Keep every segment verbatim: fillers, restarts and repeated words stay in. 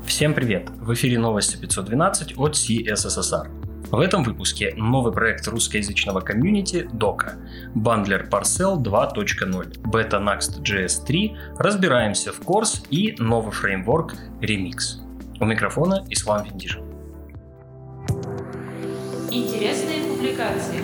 Всем привет! В эфире новости пятьсот двенадцать от си эс эс эс ар. В этом выпуске новый проект русскоязычного комьюнити Doka, бандлер Parcel два точка ноль, бета Next.js три, разбираемся в Course и новый фреймворк Remix. У микрофона Ислам Виндижев. Интересные публикации.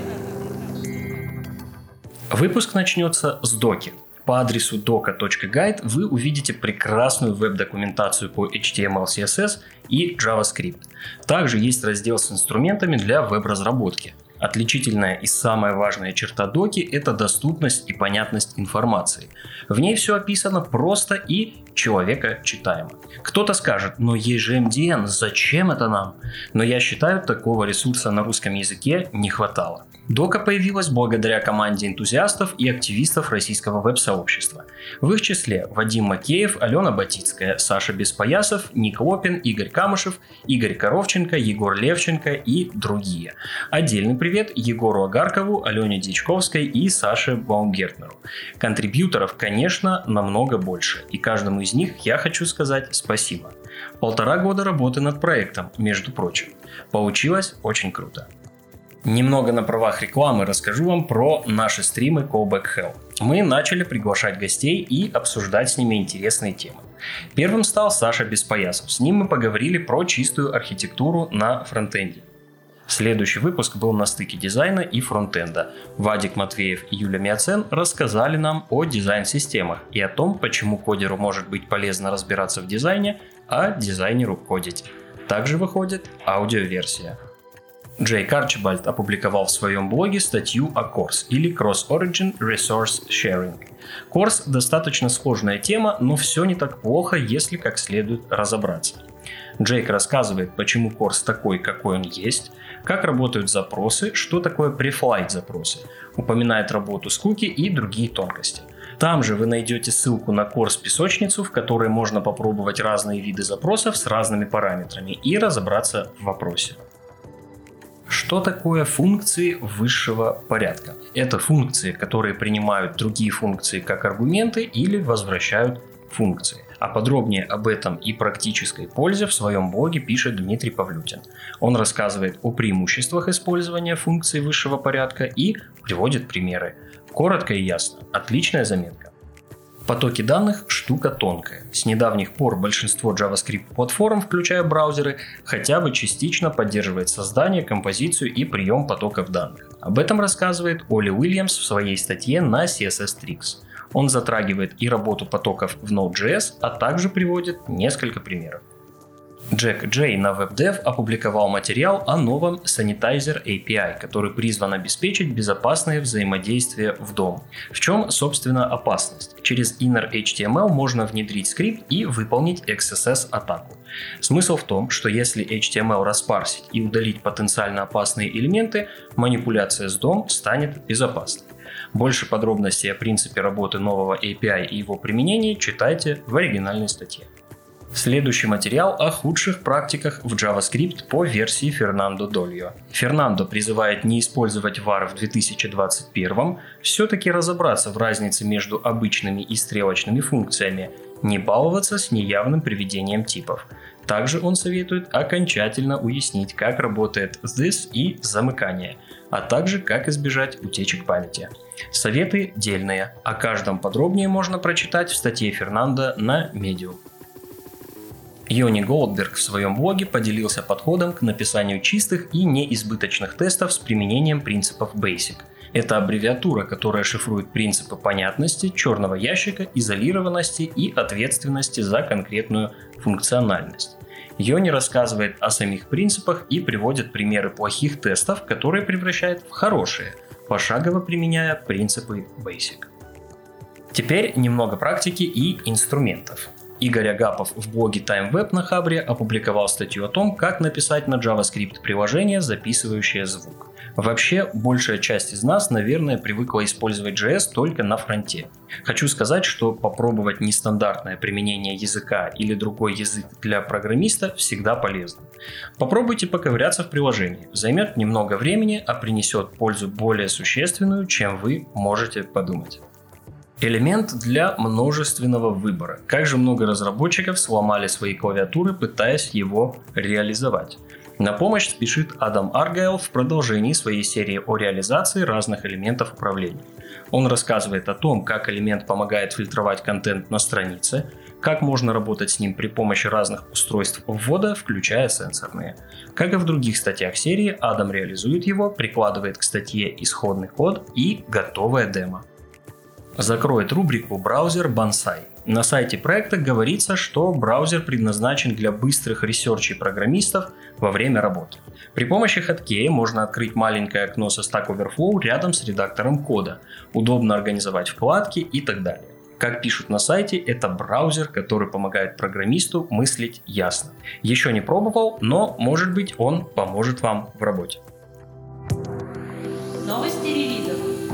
Выпуск начнется с доки. По адресу doka точка guide вы увидите прекрасную веб-документацию по эйч ти эм эл, си эс эс и JavaScript. Также есть раздел с инструментами для веб-разработки. Отличительная и самая важная черта доки – это доступность и понятность информации. В ней все описано просто и человекочитаемо. Кто-то скажет: но есть же эм ди эн, зачем это нам? Но я считаю, такого ресурса на русском языке не хватало. Дока появилась благодаря команде энтузиастов и активистов российского веб-сообщества. В их числе Вадим Макеев, Алена Батицкая, Саша Беспоясов, Ник Лопин, Игорь Камышев, Игорь Коровченко, Егор Левченко и другие. Отдельный привет Егору Агаркову, Алене Дичковской и Саше Баумгертнеру. Контрибьюторов, конечно, намного больше, и каждому из них я хочу сказать спасибо. Полтора года работы над проектом, между прочим. Получилось очень круто. Немного на правах рекламы расскажу вам про наши стримы Callback Hell. Мы начали приглашать гостей и обсуждать с ними интересные темы. Первым стал Саша Беспоясов. С ним мы поговорили про чистую архитектуру на фронтенде. Следующий выпуск был на стыке дизайна и фронтенда. Вадик Матвеев и Юля Миоцен рассказали нам о дизайн-системах и о том, почему кодеру может быть полезно разбираться в дизайне, а дизайнеру кодить. Также выходит аудиоверсия. Джейк Арчибальд опубликовал в своем блоге статью о Course или Cross-Origin Resource Sharing. Course достаточно сложная тема, но все не так плохо, если как следует разобраться. Джейк рассказывает, почему Course такой, какой он есть, как работают запросы, что такое preflight запросы, упоминает работу с куки и другие тонкости. Там же вы найдете ссылку на Course-песочницу, в которой можно попробовать разные виды запросов с разными параметрами и разобраться в вопросе. Что такое функции высшего порядка? Это функции, которые принимают другие функции как аргументы или возвращают функции. А подробнее об этом и практической пользе в своем блоге пишет Дмитрий Павлютин. Он рассказывает о преимуществах использования функций высшего порядка и приводит примеры. Коротко и ясно. Отличная заметка. Потоки данных – штука тонкая. С недавних пор большинство JavaScript-платформ, включая браузеры, хотя бы частично поддерживает создание, композицию и прием потоков данных. Об этом рассказывает Оли Уильямс в своей статье на си эс эс Tricks. Он затрагивает и работу потоков в Node.js, а также приводит несколько примеров. Джек Джей на WebDev опубликовал материал о новом Sanitizer эй пи ай, который призван обеспечить безопасное взаимодействие в дом. В чем, собственно, опасность? Через Inner эйч ти эм эл можно внедрить скрипт и выполнить икс эс эс-атаку. Смысл в том, что если эйч ти эм эл распарсить и удалить потенциально опасные элементы, манипуляция с дом станет безопасной. Больше подробностей о принципе работы нового эй пи ай и его применении читайте в оригинальной статье. Следующий материал о худших практиках в JavaScript по версии Фернандо Дольо. Фернандо призывает не использовать вар в две тысячи двадцать первом, все-таки разобраться в разнице между обычными и стрелочными функциями, не баловаться с неявным приведением типов. Также он советует окончательно уяснить, как работает this и замыкание, а также как избежать утечек памяти. Советы дельные, о каждом подробнее можно прочитать в статье Фернандо на Medium. Йони Голдберг в своем блоге поделился подходом к написанию чистых и неизбыточных тестов с применением принципов Basic. Это аббревиатура, которая шифрует принципы понятности, черного ящика, изолированности и ответственности за конкретную функциональность. Йони рассказывает о самих принципах и приводит примеры плохих тестов, которые превращает в хорошие, пошагово применяя принципы Basic. Теперь немного практики и инструментов. Игорь Агапов в блоге TimeWeb на Хабре опубликовал статью о том, как написать на JavaScript приложение, записывающее звук. Вообще, большая часть из нас, наверное, привыкла использовать джей эс только на фронте. Хочу сказать, что попробовать нестандартное применение языка или другой язык для программиста всегда полезно. Попробуйте поковыряться в приложении. Займет немного времени, а принесет пользу более существенную, чем вы можете подумать. Элемент для множественного выбора. Как же много разработчиков сломали свои клавиатуры, пытаясь его реализовать. На помощь спешит Адам Аргайл в продолжении своей серии о реализации разных элементов управления. Он рассказывает о том, как элемент помогает фильтровать контент на странице, как можно работать с ним при помощи разных устройств ввода, включая сенсорные. Как и в других статьях серии, Адам реализует его, прикладывает к статье исходный код и готовое демо. Закроет рубрику «Браузер Bonsai». На сайте проекта говорится, что браузер предназначен для быстрых ресерчей программистов во время работы. При помощи хоткея можно открыть маленькое окно со Stack Overflow рядом с редактором кода, удобно организовать вкладки и так далее. Как пишут на сайте, это браузер, который помогает программисту мыслить ясно. Еще не пробовал, но может быть он поможет вам в работе. Новости релизов.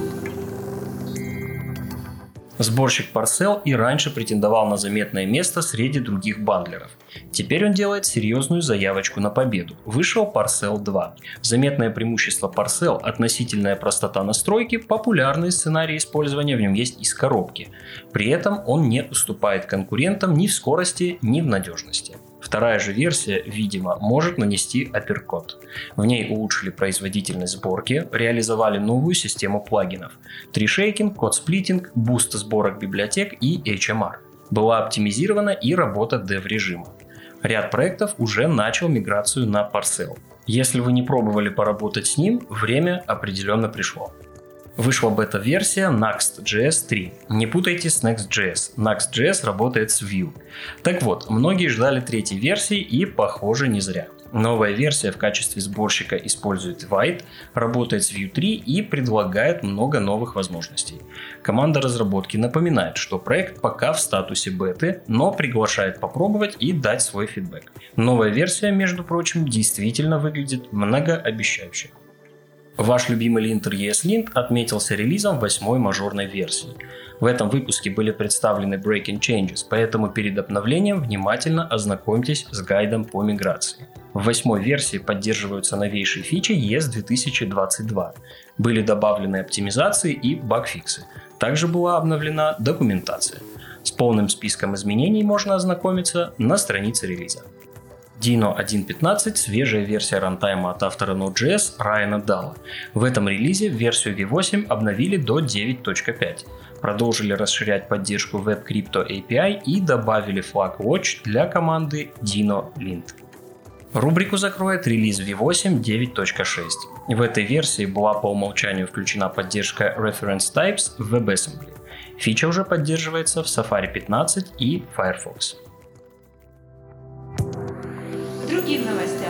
Сборщик Parcel и раньше претендовал на заметное место среди других бандлеров. Теперь он делает серьезную заявочку на победу. Вышел Parcel два. Заметное преимущество Parcel – относительная простота настройки, популярные сценарии использования в нем есть из коробки. При этом он не уступает конкурентам ни в скорости, ни в надежности. Вторая же версия, видимо, может нанести апперкот. В ней улучшили производительность сборки, реализовали новую систему плагинов: тришейкинг, код-сплитинг, буст сборок библиотек и эйч эм ар. Была оптимизирована и работа dev-режима. Ряд проектов уже начал миграцию на Parcel. Если вы не пробовали поработать с ним, время определенно пришло. Вышла бета-версия Next.js три. Не путайте с Next.js. Next.js работает с Vue. Так вот, многие ждали третьей версии и, похоже, не зря. Новая версия в качестве сборщика использует Vite, работает с Vue три и предлагает много новых возможностей. Команда разработки напоминает, что проект пока в статусе беты, но приглашает попробовать и дать свой фидбэк. Новая версия, между прочим, действительно выглядит многообещающе. Ваш любимый линтер и эс Lint отметился релизом восьмой мажорной версии. В этом выпуске были представлены breaking changes, поэтому перед обновлением внимательно ознакомьтесь с гайдом по миграции. В восьмой версии поддерживаются новейшие фичи и эс две тысячи двадцать два. Были добавлены оптимизации и багфиксы. Также была обновлена документация. С полным списком изменений можно ознакомиться на странице релиза. Dino один точка пятнадцать – свежая версия рантайма от автора Node.js Райана Далла. В этом релизе версию ви восемь обновили до девять точка пять. Продолжили расширять поддержку WebCrypto эй пи ай и добавили флаг Watch для команды Dino Lint. Рубрику закроет релиз ви восемь девять точка шесть. В этой версии была по умолчанию включена поддержка Reference Types в WebAssembly. Фича уже поддерживается в Safari пятнадцать и Firefox. Другим новостям.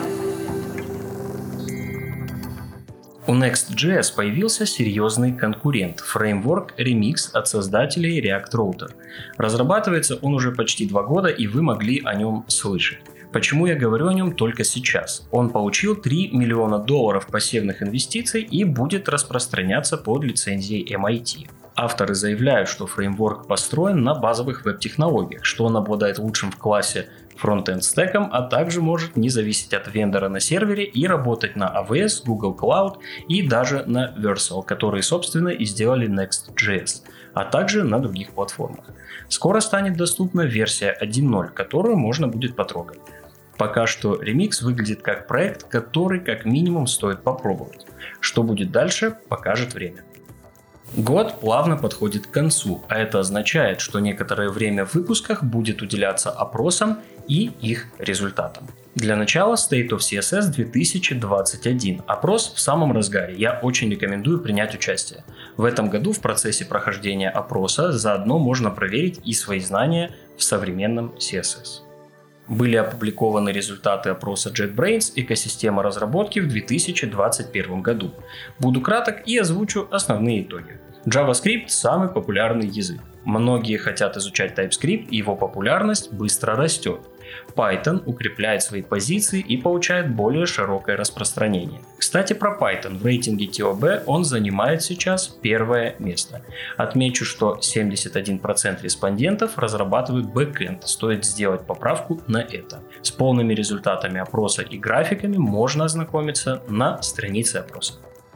У Next.js появился серьезный конкурент – фреймворк Remix от создателей React Router. Разрабатывается он уже почти два года, и вы могли о нем слышать. Почему я говорю о нем только сейчас? Он получил три миллиона долларов пассивных инвестиций и будет распространяться под лицензией эм ай ти. Авторы заявляют, что фреймворк построен на базовых веб-технологиях, что он обладает лучшим в классе фронт-энд стеком, а также может не зависеть от вендора на сервере и работать на эй ви эс, Google Cloud и даже на Vercel, которые, собственно, и сделали Next.js, а также на других платформах. Скоро станет доступна версия один ноль, которую можно будет потрогать. Пока что Remix выглядит как проект, который как минимум стоит попробовать. Что будет дальше, покажет время. Год плавно подходит к концу, а это означает, что некоторое время в выпусках будет уделяться опросам и их результатам. Для начала State of си эс эс две тысячи двадцать один. Опрос в самом разгаре, я очень рекомендую принять участие. В этом году в процессе прохождения опроса заодно можно проверить и свои знания в современном си эс эс. Были опубликованы результаты опроса JetBrains «Экосистема разработки» в две тысячи двадцать первом году. Буду краток и озвучу основные итоги. JavaScript – самый популярный язык. Многие хотят изучать TypeScript, и его популярность быстро растет. Python укрепляет свои позиции и получает более широкое распространение. Кстати, про Python. В рейтинге ти о би он занимает сейчас первое место. Отмечу, что семьдесят один процент респондентов разрабатывают бэкэнд. Стоит сделать поправку на это. С полными результатами опроса и графиками можно ознакомиться на странице опроса.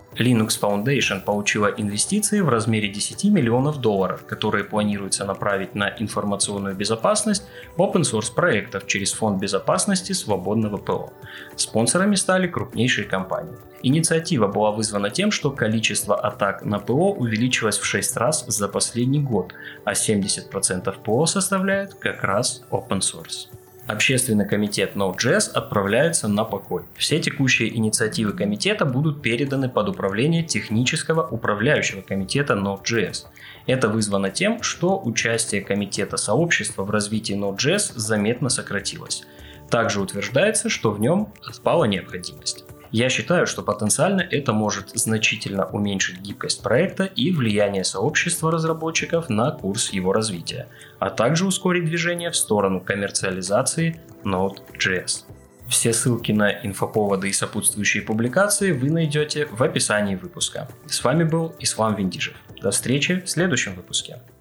Linux Foundation получила инвестиции в размере десять миллионов долларов, которые планируется направить на информационную безопасность в open-source проектов через Фонд безопасности свободного ПО. Спонсорами стали крупнейшие компании. Инициатива была вызвана тем, что количество атак на ПО увеличилось в шесть раз за последний год, а семьдесят процентов ПО составляет как раз open source. Общественный комитет Node.js отправляется на покой. Все текущие инициативы комитета будут переданы под управление технического управляющего комитета Node.js. Это вызвано тем, что участие комитета сообщества в развитии Node.js заметно сократилось. Также утверждается, что в нем отпала необходимость. Я считаю, что потенциально это может значительно уменьшить гибкость проекта и влияние сообщества разработчиков на курс его развития, а также ускорить движение в сторону коммерциализации Node.js. Все ссылки на инфоповоды и сопутствующие публикации вы найдете в описании выпуска. С вами был Ислам Виндижев. До встречи в следующем выпуске.